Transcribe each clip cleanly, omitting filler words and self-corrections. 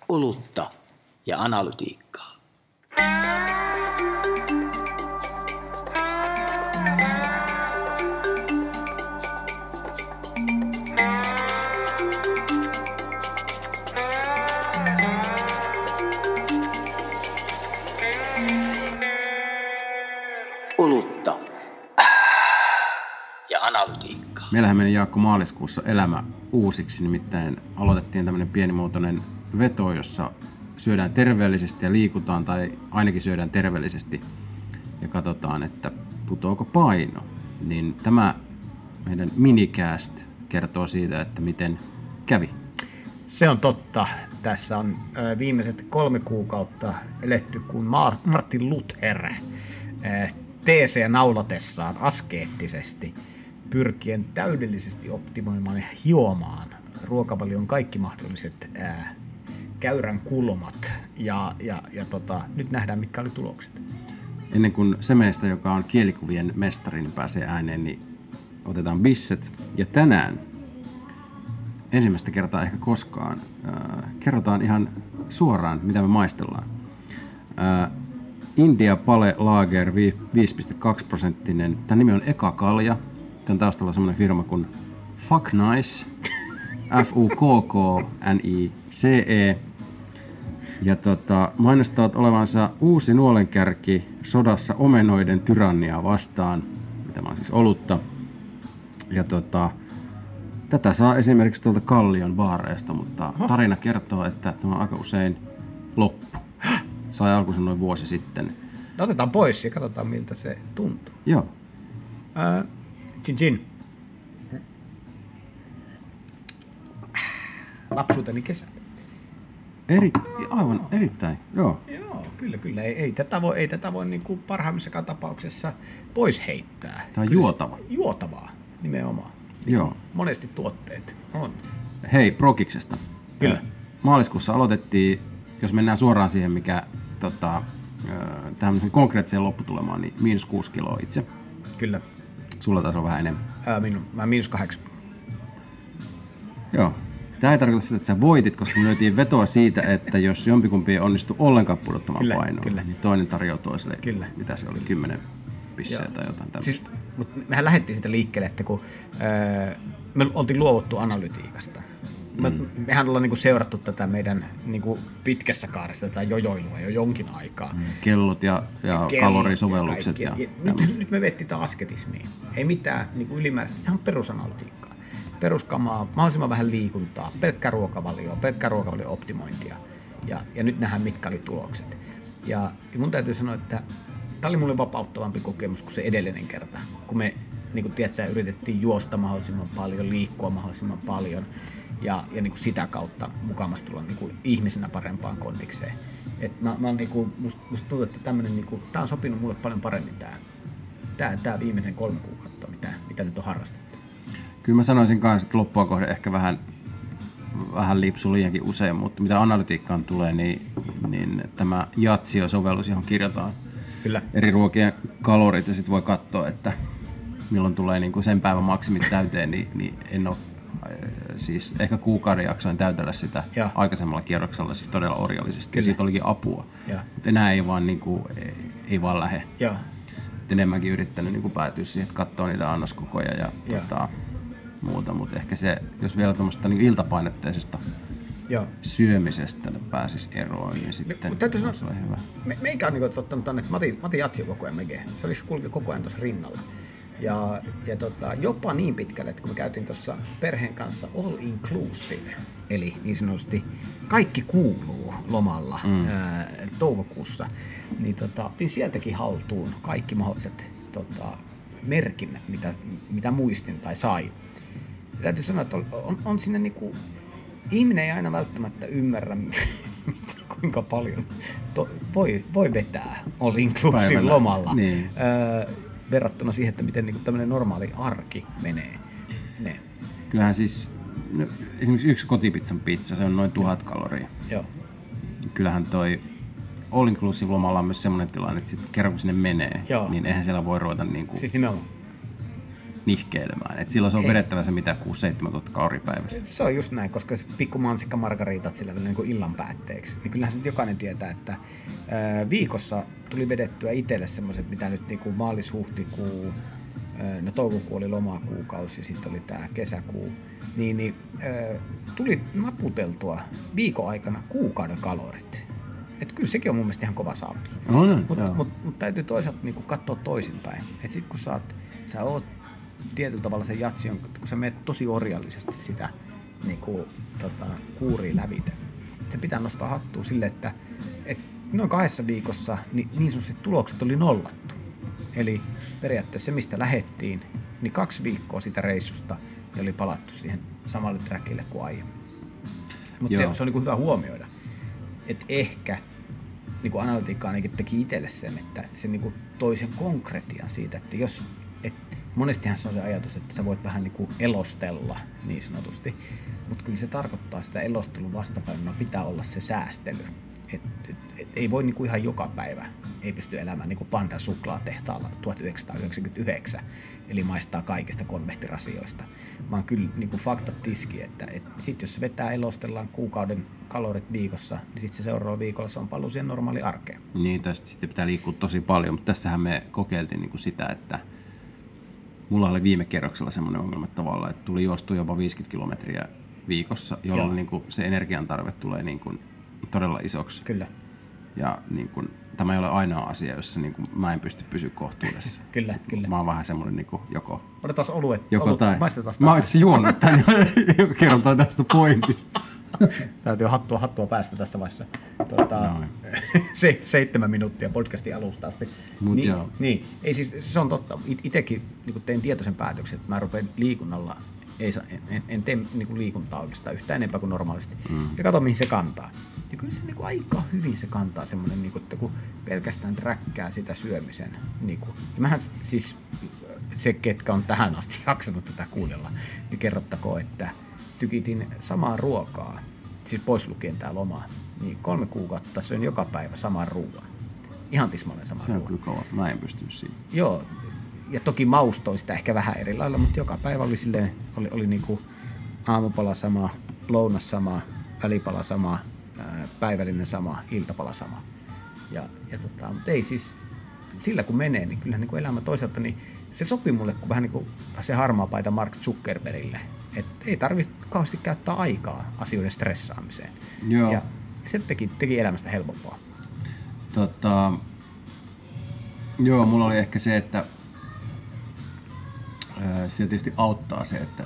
olutta ja analytiikkaa. Olutta ja analytiikkaa. Meillähän meni Jaakko maaliskuussa elämä uusiksi, nimittäin aloitettiin tämmöinen pienimuotoinen veto, jossa syödään terveellisesti ja liikutaan, tai ainakin syödään terveellisesti ja katsotaan, että putoako paino. Niin tämä meidän minicast kertoo siitä, että miten kävi. Se on totta. Tässä on viimeiset 3 kuukautta eletty kuin Martin Luther teesejä naulatessaan askeettisesti, pyrkien täydellisesti optimoimaan ja hiomaan ruokavalion kaikki mahdolliset käyrän kulmat. Ja nyt nähdään, mitkä oli tulokset. Ennen kuin se meistä, joka on kielikuvien mestari, niin pääsee ääneen, niin otetaan bisset. Ja tänään ensimmäistä kertaa ehkä koskaan kerrotaan ihan suoraan, mitä me maistellaan. India Pale Lager 5,2%. Tämä nimi on Eka Kalja. Tämän taustalla on semmoinen firma kuin Fuck Nice. FUKKNICE. Ja mainostavat olevansa uusi nuolenkärki sodassa omenoiden tyranniaa vastaan. Tämä on siis olutta. Ja tätä saa esimerkiksi tuolta Kallion baareista, mutta tarina kertoo, että tämä on aika usein loppu. Sai alkunsa noin vuosi sitten. No, otetaan pois ja katsotaan, miltä se tuntuu. Joo. Gin. Lapsuuteni kesät. Aivan erittäin, joo. Joo, kyllä. Ei tätä voi niin kuin parhaimmissakaan tapauksessa pois heittää. Tämä on kyllä juotava. Juotavaa, nimenomaan. Joo. Monesti tuotteet on. Hei, Prokiksesta. Kyllä. Maaliskuussa aloitettiin, jos mennään suoraan siihen, mikä tämmöisen konkreettiseen lopputulemaan, niin -6 kiloa itse. Kyllä. Sulla taas on vähän enemmän. Mä -8. Joo. Tämä ei tarkoita sitä, että sä voitit, koska me löytiin vetoa siitä, että jos jompikumpi ei onnistu ollenkaan pudottamaan painoa, niin toinen tarjoaa toiselle, mitä se oli, 10 pisseä tai jotain tämmöistä. Siis, mutta mehän lähdettiin sitä liikkeelle, että kun me oltiin luovuttu analytiikasta. Mehän ollaan niinku seurattu tätä meidän niinku pitkässä kaaressa tätä jojoilua jo jonkin aikaa. Kellot ja kalorisovellukset. Nyt me vettiin tämä asketismiin. Ei mitään niinku ylimääräistä, ihan perusanalytiikkaa. Peruskamaa, mahdollisimman vähän liikuntaa, pelkkää ruokavalio optimointia. Ja nyt nähdään, mitkä oli tulokset. Ja mun täytyy sanoa, että tämä oli mulle vapauttavampi kokemus kuin se edellinen kerta. Kun me niin tiedätkö, yritettiin juosta mahdollisimman paljon, liikkua mahdollisimman paljon ja niin kuin sitä kautta mukamassa tulla niin kuin ihmisenä parempaan kondikseen. Mä niin kuin, musta tuntuu, että tämmönen, niin kuin, tää on sopinut mulle paljon paremmin tää viimeisen 3 kuukautta, mitä nyt on harrastettu. Kyllä mä sanoisin kanssa, että loppua kohde ehkä vähän lipsu liiankin usein, mutta mitä analytiikkaan tulee, niin tämä Jatsio-sovellus, johon kirjataan eri ruokien kalorit ja sitten voi katsoa, että milloin tulee niin kuin sen päivän maksimit täyteen, niin en ole siis ehkä kuukauden jaksoin täytellä sitä aikaisemmalla kierroksella siis todella orjallisesti ja siitä olikin apua, mutta enää ei vaan lähde. Enemmänkin yrittänyt niin kuin päätyä siihen, että katsoo niitä annoskokoja ja muuta, mutta ehkä se, jos vielä tuommoista niin iltapainotteisesta syömisestä pääsisi eroon, niin sitten se on hyvä. Meikä on niin ottanut tuonne, että Mati Jatsio koko ajan mege. Se olisi kulki koko ajan tuossa rinnalla. Ja jopa niin pitkälle, että kun me käytiin tuossa perheen kanssa all inclusive, eli niin sanotusti kaikki kuuluu lomalla toukokuussa, niin sieltäkin haltuun kaikki mahdolliset merkinnät, mitä muistin tai sai. Täytyy sanoa, että on sinne niinku, ihminen ei aina välttämättä ymmärrä, kuinka paljon voi vetää all inclusive lomalla. Niin. Verrattuna siihen, että miten niinku tämmöinen normaali arki menee. Kyllähän siis, esimerkiksi yksi kotipizzan pizza, se on noin 1000 kaloria. Joo. Kyllähän toi all inclusive lomalla on myös semmoinen tilanne, että sitten kerran kun sinne menee, niin eihän siellä voi ruveta niinku... Siis nimenomaan. nihkeilemään. Et silloin se on vedettävä se mitä 6-7 tuota kaloria päivässä. Se on just näin, koska se pikku mansikka margaritat sillä niin kuin illan päätteeksi. Niin kyllähän se jokainen tietää, että viikossa tuli vedettyä itselle semmoiset, mitä nyt niin kuin maalis-huhtikuu, no toukokuu oli lomakuukausi, sitten oli tää kesäkuu, niin tuli naputeltua viikon aikana kuukauden kalorit. Et kyllä sekin on mun mielestä ihan kova saavutus. Mutta täytyy toisaalta niinku katsoa toisinpäin. Et sit kun sä oot tietyllä tavalla sen jatsion, kun sä menet tosi orjallisesti sitä niinku, kuuria lävite. Se pitää nostaa hattua sille, että noin 2 viikossa niin sanotusti tulokset oli nollattu. Eli periaatteessa se, mistä lähettiin, niin 2 viikkoa sitä reissusta niin oli palattu siihen samalle trackille kuin aiemmin. Mutta se on niin kuin hyvä huomioida, että ehkä niin kuin analytiikka ainakin teki itselle sen, että se niin kuin toi sen konkretian siitä, että monestihan se on se ajatus, että sä voit vähän niin kuin elostella niin sanotusti, mutta kyllä se tarkoittaa sitä elostelun vastapäivänä pitää olla se säästely. Ei voi niinku ihan joka päivä ei pysty elämään niinku Panda suklaatehtaalla 1999, eli maistaa kaikista konvehtirasioista, vaan kyllä niinku faktat tiski, että sit jos se vetää elostellaan kuukauden kalorit viikossa, niin sitten se seuraavalla viikolla se on paluu siihen normaaliin arkeen. Niin, tästä sitten pitää liikkua tosi paljon, mutta tässähän me kokeiltiin niinku sitä, että mulla oli viime kerroksella semmoinen ongelma tavalla, että tuli juostua jopa 50 kilometriä viikossa, jolloin niinku se energiantarve tulee niinku todella isoksi. Kyllä. Ja niin kun, tämä ei ole ainoa asia, jossa niin kun, mä en pysty pysyä kohtuudessa. Kyllä. Mä oon vähän semmoinen niin joko... Otetaan olut tai... Maistetaan mä oon itse juonut tän jo kerrotaan tästä pointista. Täytyy hattua päästä tässä vaiheessa. 7 minuuttia podcastin alusta asti. Niin. Ei siis, se on totta. Itsekin niin tein tietoisen päätöksen, että mä rupean liikunnalla, en tee niin liikuntaa oikeastaan yhtään enempää kuin normaalisti. Ja katso, mihin se kantaa. Ja kyllä se niin kuin aika hyvin se kantaa semmoinen, niin kuin, että kun pelkästään träkkää sitä syömisen. Niin kuin. Ja mähän siis, se ketkä on tähän asti jaksanut tätä kuunnella, niin kerrottakoon, että tykitin samaa ruokaa, siis pois lukien tää loma, niin 3 kuukautta söin joka päivä saman ruoan. Ihan tismalleen saman ruoan. Se on kyllä kova. Mä en pysty siihen. Joo, ja toki maustoin sitä ehkä vähän eri lailla, mutta joka päivä oli silleen, oli niinku aamupala sama, lounas sama, välipala sama, päivällinen sama, iltapala sama. Mutta ei siis, sillä kun menee, niin kyllähän niin elämä toisaalta, niin se sopii mulle kuin vähän niin kuin se harmaa paita Mark Zuckerbergille. Että ei tarvitse kauheasti käyttää aikaa asioiden stressaamiseen. Joo. Ja se teki elämästä helpompaa. Joo, mulla oli ehkä se, että se tietysti auttaa se, että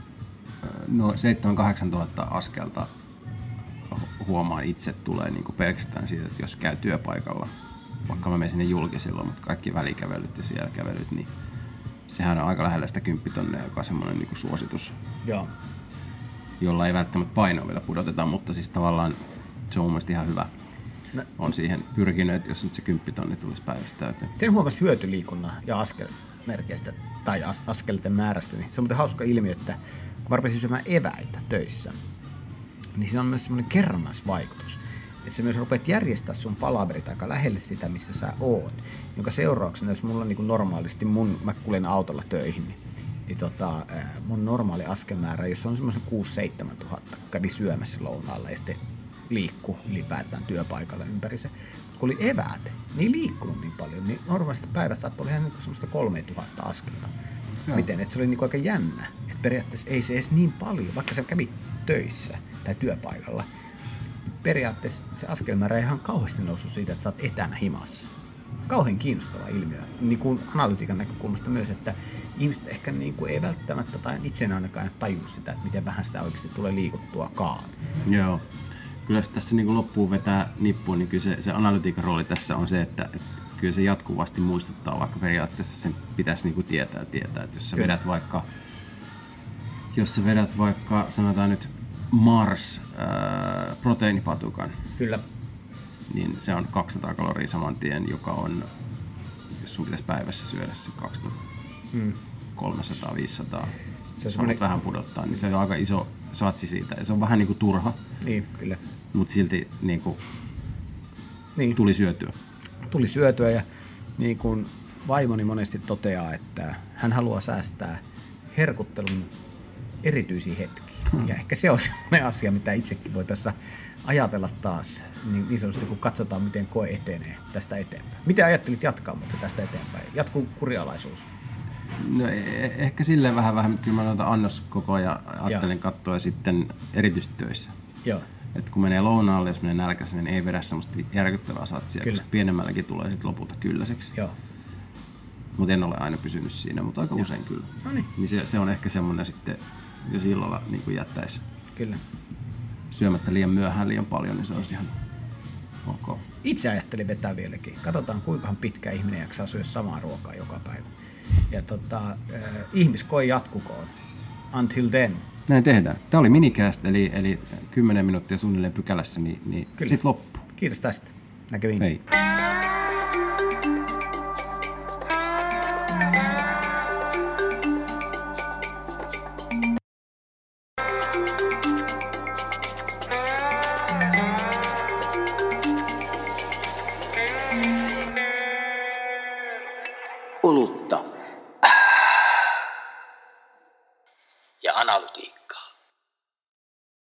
7-8 tuhatta askelta huomaan itse tulee niin kuin pelkästään siitä, että jos käy työpaikalla, vaikka mä menen sinne julkisilla, mutta kaikki välikävelyt ja siellä kävelyt, niin sehän on aika lähellä sitä 10 tonnia, joka on semmoinen niin kuin suositus, Joo. jolla ei välttämättä painoa vielä pudoteta, mutta siis tavallaan se on mun mielestä ihan hyvä. On siihen pyrkinyt, että jos nyt se 10 tonni tulisi päivästä täyteen. Sen huomasi hyötyliikunnan ja askelmerkeistä tai askelten määrästä, niin se on muuten hauska ilmiö, että kun mä rupesin syömään eväitä töissä, niin siinä on myös semmoinen kerrannaisvaikutus. Että sä myös rupeat järjestää sun palaverit aika lähelle sitä, missä sä oot. Jonka seurauksena, jos mulla niin kuin normaalisti, mä kuljen autolla töihin, niin mun normaali askelmäärä, jos on semmoisen 6-7 tuhatta, kävi syömässä lounaalla ja sitten liikkuu ylipäätään työpaikalla ympäri se. Kun oli eväät, niin ei liikkunut niin paljon, niin normaalisti päivät saattoi olla ihan niin semmoista 3000 askelta. Miten? Että se oli niin aika jännä. Että periaatteessa ei se edes niin paljon, vaikka sä kävit töissä tai työpaikalla. Periaatteessa se askelmäärä ei ihan kauheasti noussut siitä, että sä oot etänä himassa. Kauhean kiinnostava ilmiö. Niin kuin analytiikan näkökulmasta myös, että ihmiset ehkä niin kuin ei välttämättä, tai itse en ainakaan tajunnut sitä, että miten vähän sitä oikeasti tulee liikuttuakaan. Joo. Kyllä se tässä niin kuin loppuun vetää nippuun, niin kyllä se analytiikan rooli tässä on se, että kyllä se jatkuvasti muistuttaa, vaikka periaatteessa sen pitäisi niin kuin tietää, että jos sä vedät vaikka sanotaan nyt Mars proteiinipatukan, kyllä, niin se on 200 kaloria saman tien, joka on, jos sun pitäisi päivässä syödä se 300-500, jos haluat vähän pudottaa, niin se on aika iso satsi siitä, ja se on vähän niin kuin turha, niin, kyllä. Mutta silti niin kuin, tuli syötyä. Tuli syötyä ja niin kuin vaimoni monesti toteaa, että hän haluaa säästää herkuttelun erityisiä hetkiä. Ja ehkä se on sellainen asia, mitä itsekin voi tässä ajatella taas, niin sanotusti kun katsotaan, miten koe etenee tästä eteenpäin. Miten ajattelit jatkaa mutta tästä eteenpäin? Jatkuu kurialaisuus? No, ehkä silleen vähän, kyllä mä noita annoskokoa ja ajattelen katsoa ja sitten erityisesti töissä. Joo. Että kun menee lounaalle, jos menee nälkässä, niin ei vedä semmoista järkyttävää satsia, koska pienemmälläkin tulee sitten lopulta kylläiseksi. Joo. Mutta en ole aina pysynyt siinä, mutta aika usein kyllä. Niin se on ehkä semmoinen sitten, jos illalla niin kuin jättäisi kyllä. syömättä liian myöhään liian paljon, niin se olisi ihan ok. Itse ajattelin vetää vieläkin. Katsotaan, kuinkahan pitkä ihminen jaksaa syödä samaa ruokaa joka päivä. Ja ihmiskoi jatkukoon. Until then. Näin tehdään. Tämä oli minicast, eli 10 minuuttia suunnilleen pykälässä, niin sitten loppuu. Kiitos tästä. Näkemiin. Hei. Olutta. Ja analytiikkaa.